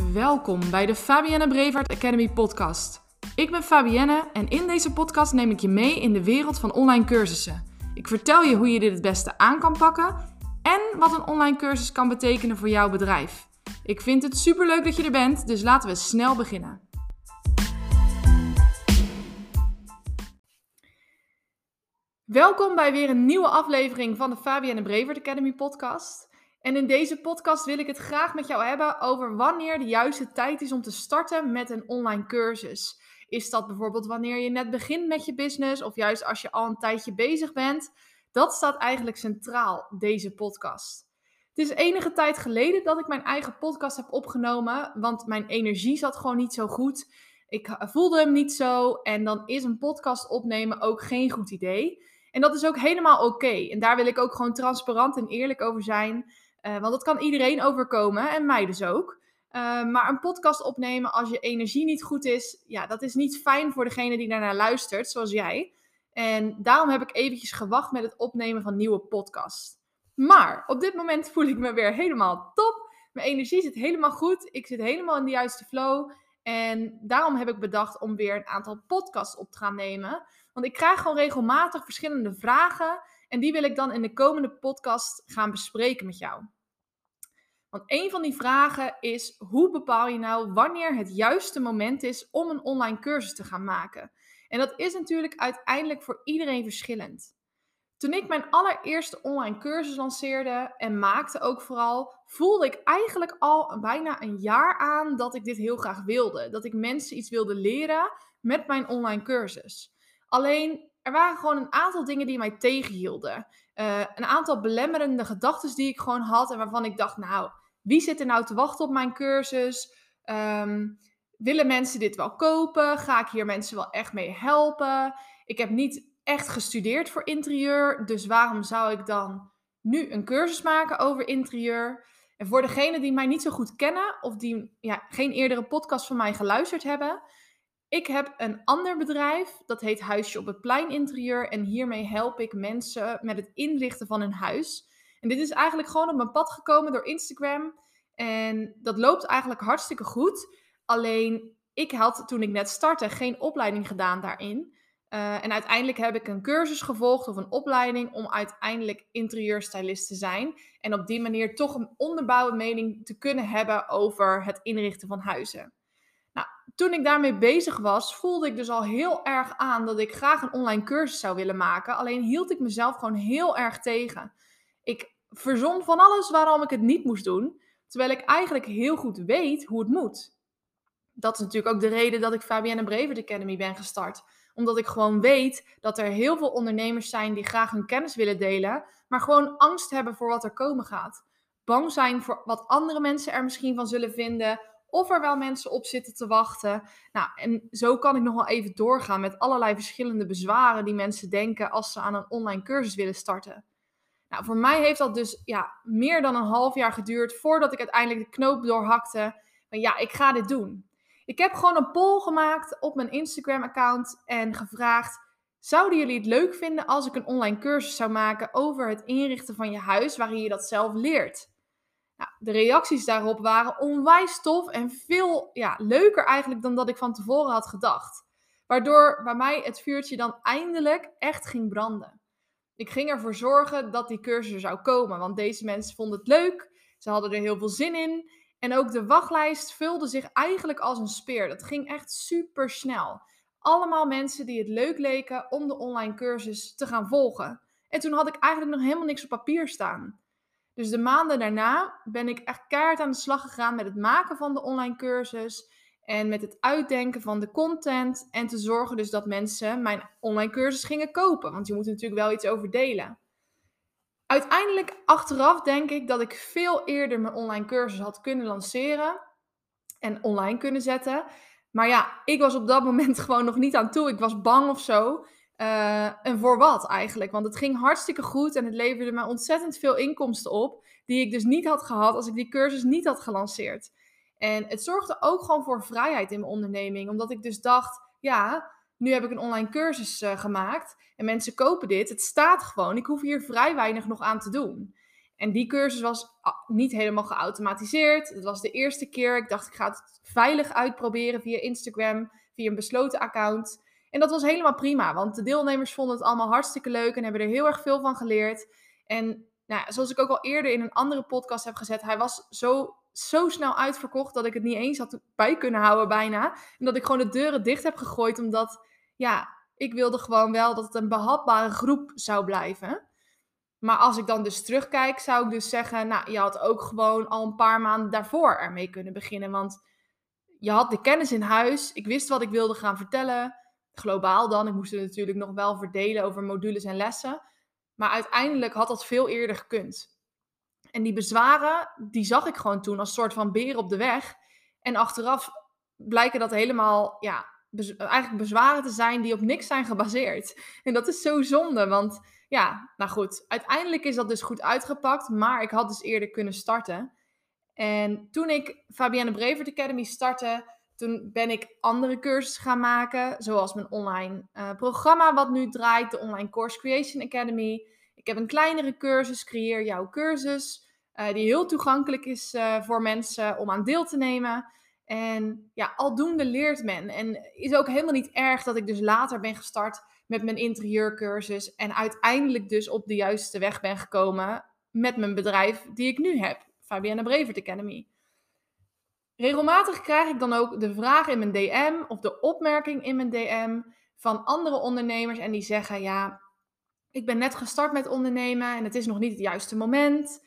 Welkom bij de Fabienne Brevard Academy podcast. Ik ben Fabienne en in deze podcast neem ik je mee in de wereld van online cursussen. Ik vertel je hoe je dit het beste aan kan pakken en wat een online cursus kan betekenen voor jouw bedrijf. Ik vind het superleuk dat je er bent, dus laten we snel beginnen. Welkom bij weer een nieuwe aflevering van de Fabienne Brevard Academy podcast. En in deze podcast wil ik het graag met jou hebben over wanneer de juiste tijd is om te starten met een online cursus. Is dat bijvoorbeeld wanneer je net begint met je business of juist als je al een tijdje bezig bent? Dat staat eigenlijk centraal, deze podcast. Het is enige tijd geleden dat ik mijn eigen podcast heb opgenomen, want mijn energie zat gewoon niet zo goed. Ik voelde hem niet zo en dan is een podcast opnemen ook geen goed idee. En dat is ook helemaal oké. En daar wil ik ook gewoon transparant en eerlijk over zijn. Want dat kan iedereen overkomen en mij dus ook. Maar een podcast opnemen als je energie niet goed is, ja, dat is niet fijn voor degene die daarnaar luistert, zoals jij. En daarom heb ik eventjes gewacht met het opnemen van nieuwe podcasts. Maar op dit moment voel ik me weer helemaal top. Mijn energie zit helemaal goed. Ik zit helemaal in de juiste flow. En daarom heb ik bedacht om weer een aantal podcasts op te gaan nemen. Want ik krijg gewoon regelmatig verschillende vragen. En die wil ik dan in de komende podcast gaan bespreken met jou. Want een van die vragen is: hoe bepaal je nou wanneer het juiste moment is om een online cursus te gaan maken? En dat is natuurlijk uiteindelijk voor iedereen verschillend. Toen ik mijn allereerste online cursus lanceerde en maakte ook vooral, voelde ik eigenlijk al bijna een jaar aan dat ik dit heel graag wilde. Dat ik mensen iets wilde leren met mijn online cursus. Alleen, er waren gewoon een aantal dingen die mij tegenhielden. Een aantal belemmerende gedachten die ik gewoon had en waarvan ik dacht, nou, wie zit er nou te wachten op mijn cursus? Willen mensen dit wel kopen? Ga ik hier mensen wel echt mee helpen? Ik heb niet echt gestudeerd voor interieur, dus waarom zou ik dan nu een cursus maken over interieur? En voor degenen die mij niet zo goed kennen of die geen eerdere podcast van mij geluisterd hebben, ik heb een ander bedrijf, dat heet Huisje op het Plein Interieur en hiermee help ik mensen met het inrichten van hun huis. En dit is eigenlijk gewoon op mijn pad gekomen door Instagram en dat loopt eigenlijk hartstikke goed. Alleen, ik had toen ik net startte geen opleiding gedaan daarin. En uiteindelijk heb ik een cursus gevolgd of een opleiding om uiteindelijk interieurstylist te zijn. En op die manier toch een onderbouwde mening te kunnen hebben over het inrichten van huizen. Nou, toen ik daarmee bezig was, voelde ik dus al heel erg aan dat ik graag een online cursus zou willen maken. Alleen hield ik mezelf gewoon heel erg tegen. Ik verzon van alles waarom ik het niet moest doen, terwijl ik eigenlijk heel goed weet hoe het moet. Dat is natuurlijk ook de reden dat ik Fabienne Brevard Academy ben gestart. Omdat ik gewoon weet dat er heel veel ondernemers zijn die graag hun kennis willen delen, maar gewoon angst hebben voor wat er komen gaat. Bang zijn voor wat andere mensen er misschien van zullen vinden, of er wel mensen op zitten te wachten. Nou, en zo kan ik nog wel even doorgaan met allerlei verschillende bezwaren die mensen denken als ze aan een online cursus willen starten. Nou, voor mij heeft dat dus meer dan een half jaar geduurd voordat ik uiteindelijk de knoop doorhakte. Maar ik ga dit doen. Ik heb gewoon een poll gemaakt op mijn Instagram-account en gevraagd: zouden jullie het leuk vinden als ik een online cursus zou maken over het inrichten van je huis, waarin je dat zelf leert? Nou, de reacties daarop waren onwijs tof en veel leuker eigenlijk dan dat ik van tevoren had gedacht. Waardoor bij mij het vuurtje dan eindelijk echt ging branden. Ik ging ervoor zorgen dat die cursus er zou komen, want deze mensen vonden het leuk, ze hadden er heel veel zin in. En ook de wachtlijst vulde zich eigenlijk als een speer. Dat ging echt super snel. Allemaal mensen die het leuk leken om de online cursus te gaan volgen. En toen had ik eigenlijk nog helemaal niks op papier staan. Dus de maanden daarna ben ik echt keihard aan de slag gegaan met het maken van de online cursus. En met het uitdenken van de content. En te zorgen dus dat mensen mijn online cursus gingen kopen. Want je moet er natuurlijk wel iets over delen. Uiteindelijk, achteraf denk ik dat ik veel eerder mijn online cursus had kunnen lanceren en online kunnen zetten. Maar ik was op dat moment gewoon nog niet aan toe. Ik was bang of zo. En voor wat eigenlijk? Want het ging hartstikke goed en het leverde me ontzettend veel inkomsten op, die ik dus niet had gehad als ik die cursus niet had gelanceerd. En het zorgde ook gewoon voor vrijheid in mijn onderneming, omdat ik dus dacht, nu heb ik een online cursus gemaakt en mensen kopen dit. Het staat gewoon, ik hoef hier vrij weinig nog aan te doen. En die cursus was niet helemaal geautomatiseerd. Het was de eerste keer. Ik dacht, ik ga het veilig uitproberen via Instagram, via een besloten account. En dat was helemaal prima, want de deelnemers vonden het allemaal hartstikke leuk en hebben er heel erg veel van geleerd. En nou ja, zoals ik ook al eerder in een andere podcast heb gezet, hij was zo snel uitverkocht dat ik het niet eens had bij kunnen houden bijna. En dat ik gewoon de deuren dicht heb gegooid, omdat ja, ik wilde gewoon wel dat het een behapbare groep zou blijven. Maar als ik dan dus terugkijk, zou ik dus zeggen, nou, je had ook gewoon al een paar maanden daarvoor ermee kunnen beginnen. Want je had de kennis in huis. Ik wist wat ik wilde gaan vertellen. Globaal dan. Ik moest het natuurlijk nog wel verdelen over modules en lessen. Maar uiteindelijk had dat veel eerder gekund. En die bezwaren, die zag ik gewoon toen als soort van beer op de weg. En achteraf blijken dat helemaal, ja, eigenlijk bezwaren te zijn die op niks zijn gebaseerd. En dat is zo zonde, want ja, nou goed. Uiteindelijk is dat dus goed uitgepakt, maar ik had dus eerder kunnen starten. En toen ik Fabienne Brevert Academy startte, toen ben ik andere cursussen gaan maken, zoals mijn online programma wat nu draait, de Online Course Creation Academy. Ik heb een kleinere cursus, Creëer jouw cursus, die heel toegankelijk is voor mensen om aan deel te nemen. En ja, aldoende leert men. En is ook helemaal niet erg dat ik dus later ben gestart met mijn interieurcursus en uiteindelijk dus op de juiste weg ben gekomen met mijn bedrijf die ik nu heb, Fabienne Brevert Academy. Regelmatig krijg ik dan ook de vraag in mijn DM of de opmerking in mijn DM van andere ondernemers en die zeggen, ja, ik ben net gestart met ondernemen en het is nog niet het juiste moment.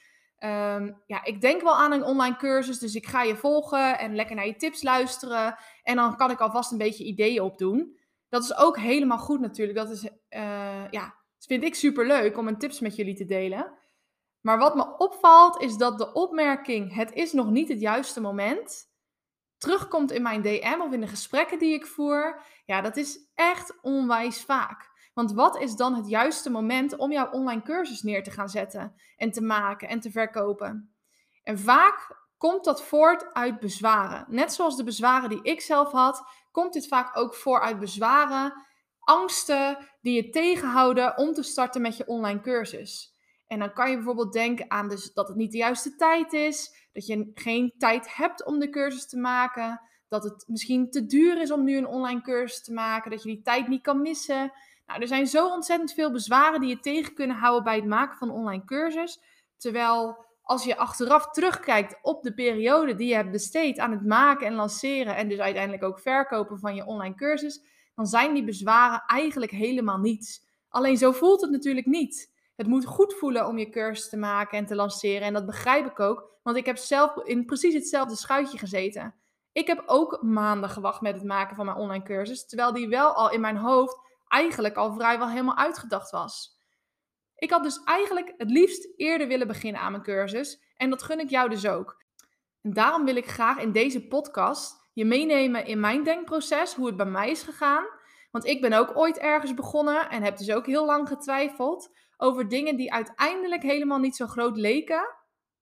Ja, ik denk wel aan een online cursus, dus ik ga je volgen en lekker naar je tips luisteren. En dan kan ik alvast een beetje ideeën opdoen. Dat is ook helemaal goed natuurlijk. Dat is, ja, dat vind ik superleuk om mijn tips met jullie te delen. Maar wat me opvalt is dat de opmerking, het is nog niet het juiste moment, terugkomt in mijn DM of in de gesprekken die ik voer. Ja, dat is echt onwijs vaak. Want wat is dan het juiste moment om jouw online cursus neer te gaan zetten en te maken en te verkopen? En vaak komt dat voort uit bezwaren. Net zoals de bezwaren die ik zelf had, komt dit vaak ook voor uit bezwaren, angsten die je tegenhouden om te starten met je online cursus. En dan kan je bijvoorbeeld denken aan dus dat het niet de juiste tijd is, dat je geen tijd hebt om de cursus te maken, dat het misschien te duur is om nu een online cursus te maken, dat je die tijd niet kan missen. Nou, er zijn zo ontzettend veel bezwaren die je tegen kunnen houden bij het maken van een online cursus. Terwijl als je achteraf terugkijkt op de periode die je hebt besteed aan het maken en lanceren en dus uiteindelijk ook verkopen van je online cursus, dan zijn die bezwaren eigenlijk helemaal niets. Alleen zo voelt het natuurlijk niet. Het moet goed voelen om je cursus te maken en te lanceren. En dat begrijp ik ook, want ik heb zelf in precies hetzelfde schuitje gezeten. Ik heb ook maanden gewacht met het maken van mijn online cursus, terwijl die wel al in mijn hoofd eigenlijk al vrijwel helemaal uitgedacht was. Ik had dus eigenlijk het liefst eerder willen beginnen aan mijn cursus en dat gun ik jou dus ook. En daarom wil ik graag in deze podcast je meenemen in mijn denkproces, hoe het bij mij is gegaan. Want ik ben ook ooit ergens begonnen en heb dus ook heel lang getwijfeld over dingen die uiteindelijk helemaal niet zo groot leken,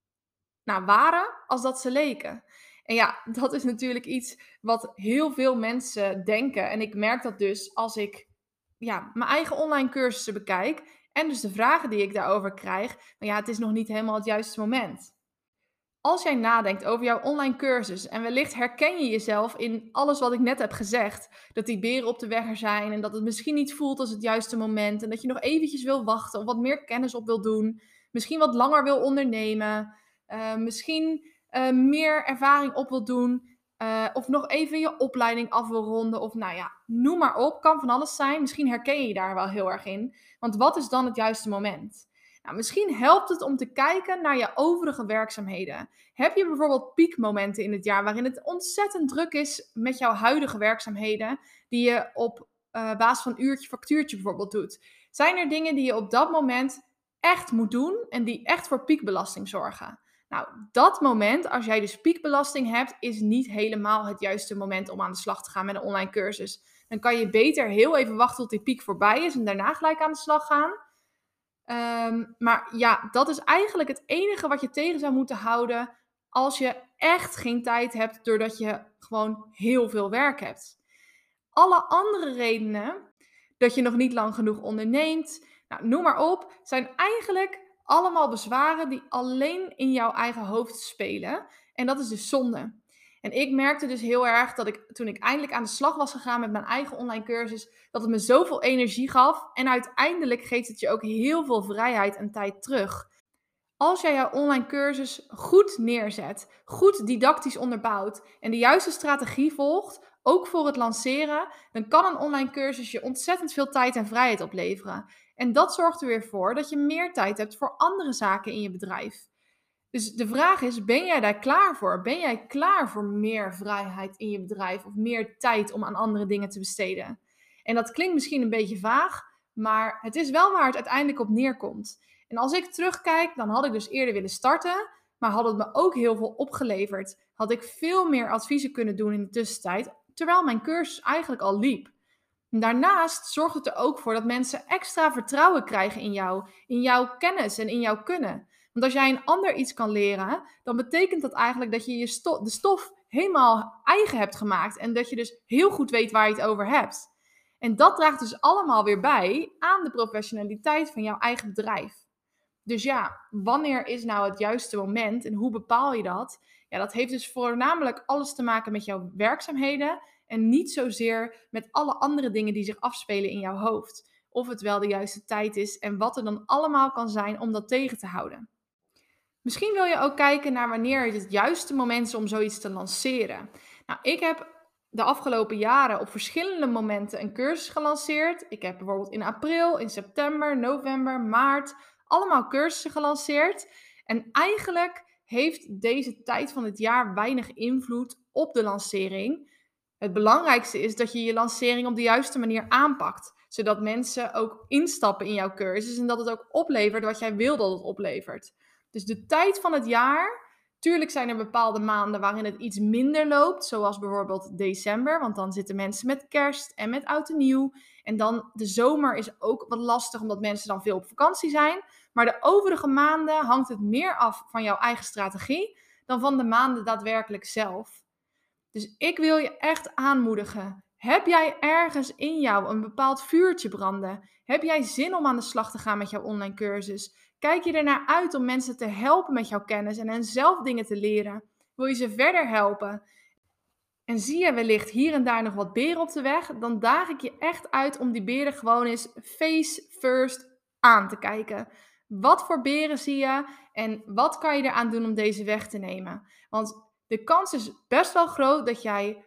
nou waren, als dat ze leken. En ja, dat is natuurlijk iets wat heel veel mensen denken. En ik merk dat dus als ik mijn eigen online cursussen bekijk en dus de vragen die ik daarover krijg. Maar ja, het is nog niet helemaal het juiste moment. Als jij nadenkt over jouw online cursus en wellicht herken je jezelf in alles wat ik net heb gezegd, dat die beren op de weg er zijn en dat het misschien niet voelt als het juiste moment en dat je nog eventjes wil wachten of wat meer kennis op wil doen, misschien wat langer wil ondernemen, misschien meer ervaring op wil doen of nog even je opleiding af wil ronden of nou ja, noem maar op, kan van alles zijn. Misschien herken je je daar wel heel erg in, want wat is dan het juiste moment? Nou, misschien helpt het om te kijken naar je overige werkzaamheden. Heb je bijvoorbeeld piekmomenten in het jaar waarin het ontzettend druk is met jouw huidige werkzaamheden, die je op basis van uurtje factuurtje bijvoorbeeld doet? Zijn er dingen die je op dat moment echt moet doen en die echt voor piekbelasting zorgen? Nou, dat moment, als jij dus piekbelasting hebt, is niet helemaal het juiste moment om aan de slag te gaan met een online cursus. Dan kan je beter heel even wachten tot die piek voorbij is en daarna gelijk aan de slag gaan. Maar ja, dat is eigenlijk het enige wat je tegen zou moeten houden als je echt geen tijd hebt doordat je gewoon heel veel werk hebt. Alle andere redenen, dat je nog niet lang genoeg onderneemt, nou, noem maar op, zijn eigenlijk allemaal bezwaren die alleen in jouw eigen hoofd spelen. En dat is dus zonde. En ik merkte dus heel erg dat toen ik eindelijk aan de slag was gegaan met mijn eigen online cursus, dat het me zoveel energie gaf. En uiteindelijk geeft het je ook heel veel vrijheid en tijd terug. Als jij jouw online cursus goed neerzet, goed didactisch onderbouwt en de juiste strategie volgt, ook voor het lanceren, dan kan een online cursus je ontzettend veel tijd en vrijheid opleveren. En dat zorgt er weer voor dat je meer tijd hebt voor andere zaken in je bedrijf. Dus de vraag is, ben jij daar klaar voor? Ben jij klaar voor meer vrijheid in je bedrijf of meer tijd om aan andere dingen te besteden? En dat klinkt misschien een beetje vaag, maar het is wel waar het uiteindelijk op neerkomt. En als ik terugkijk, dan had ik dus eerder willen starten, maar had het me ook heel veel opgeleverd. Had ik veel meer adviezen kunnen doen in de tussentijd, terwijl mijn cursus eigenlijk al liep. Daarnaast zorgt het er ook voor dat mensen extra vertrouwen krijgen in jouw kennis en in jouw kunnen. Want als jij een ander iets kan leren, dan betekent dat eigenlijk dat je de stof helemaal eigen hebt gemaakt. En dat je dus heel goed weet waar je het over hebt. En dat draagt dus allemaal weer bij aan de professionaliteit van jouw eigen bedrijf. Dus ja, wanneer is nou het juiste moment en hoe bepaal je dat? Ja, dat heeft dus voornamelijk alles te maken met jouw werkzaamheden en niet zozeer met alle andere dingen die zich afspelen in jouw hoofd. Of het wel de juiste tijd is en wat er dan allemaal kan zijn om dat tegen te houden. Misschien wil je ook kijken naar wanneer het juiste moment is om zoiets te lanceren. Nou, ik heb de afgelopen jaren op verschillende momenten een cursus gelanceerd. Ik heb bijvoorbeeld in april, in september, november, maart allemaal cursussen gelanceerd. En eigenlijk heeft deze tijd van het jaar weinig invloed op de lancering. Het belangrijkste is dat je je lancering op de juiste manier aanpakt, zodat mensen ook instappen in jouw cursus en dat het ook oplevert wat jij wil dat het oplevert. Dus de tijd van het jaar, tuurlijk zijn er bepaalde maanden waarin het iets minder loopt, zoals bijvoorbeeld december, want dan zitten mensen met kerst en met oud en nieuw. En dan de zomer is ook wat lastig, omdat mensen dan veel op vakantie zijn. Maar de overige maanden hangt het meer af van jouw eigen strategie dan van de maanden daadwerkelijk zelf. Dus ik wil je echt aanmoedigen. Heb jij ergens in jou een bepaald vuurtje branden? Heb jij zin om aan de slag te gaan met jouw online cursus? Kijk je ernaar uit om mensen te helpen met jouw kennis en hen zelf dingen te leren? Wil je ze verder helpen? En zie je wellicht hier en daar nog wat beren op de weg? Dan daag ik je echt uit om die beren gewoon eens face first aan te kijken. Wat voor beren zie je en wat kan je eraan doen om deze weg te nemen? Want de kans is best wel groot dat jij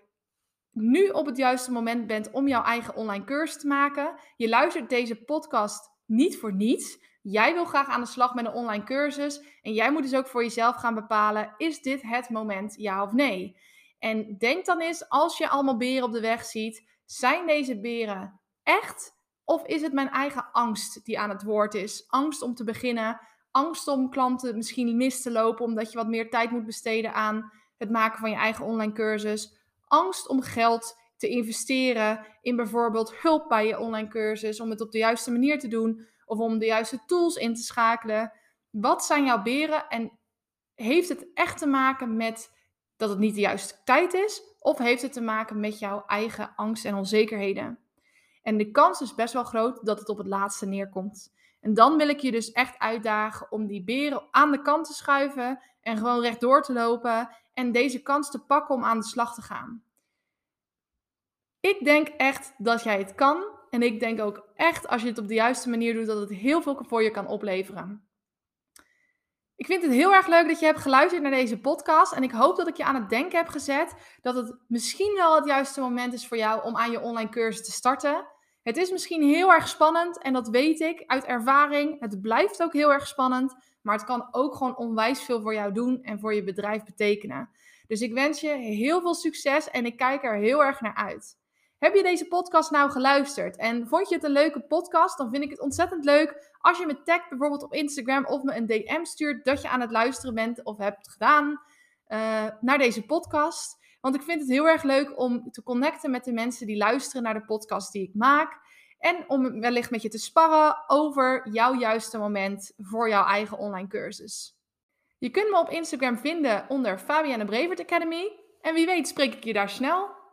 nu op het juiste moment bent om jouw eigen online cursus te maken. Je luistert deze podcast niet voor niets. Jij wil graag aan de slag met een online cursus. En jij moet dus ook voor jezelf gaan bepalen, is dit het moment, ja of nee? En denk dan eens, als je allemaal beren op de weg ziet, zijn deze beren echt? Of is het mijn eigen angst die aan het woord is? Angst om te beginnen, angst om klanten misschien mis te lopen omdat je wat meer tijd moet besteden aan het maken van je eigen online cursus. Angst om geld te investeren in bijvoorbeeld hulp bij je online cursus, om het op de juiste manier te doen of om de juiste tools in te schakelen. Wat zijn jouw beren en heeft het echt te maken met dat het niet de juiste tijd is of heeft het te maken met jouw eigen angst en onzekerheden? En de kans is best wel groot dat het op het laatste neerkomt. En dan wil ik je dus echt uitdagen om die beren aan de kant te schuiven en gewoon rechtdoor te lopen en deze kans te pakken om aan de slag te gaan. Ik denk echt dat jij het kan. En ik denk ook echt, als je het op de juiste manier doet, dat het heel veel voor je kan opleveren. Ik vind het heel erg leuk dat je hebt geluisterd naar deze podcast. En ik hoop dat ik je aan het denken heb gezet dat het misschien wel het juiste moment is voor jou om aan je online cursus te starten. Het is misschien heel erg spannend en dat weet ik uit ervaring. Het blijft ook heel erg spannend, maar het kan ook gewoon onwijs veel voor jou doen en voor je bedrijf betekenen. Dus ik wens je heel veel succes en ik kijk er heel erg naar uit. Heb je deze podcast nou geluisterd en vond je het een leuke podcast? Dan vind ik het ontzettend leuk als je me tagt bijvoorbeeld op Instagram of me een DM stuurt dat je aan het luisteren bent of hebt gedaan naar deze podcast. Want ik vind het heel erg leuk om te connecten met de mensen die luisteren naar de podcast die ik maak. En om wellicht met je te sparren over jouw juiste moment voor jouw eigen online cursus. Je kunt me op Instagram vinden onder Fabienne Brevert Academy. En wie weet spreek ik je daar snel.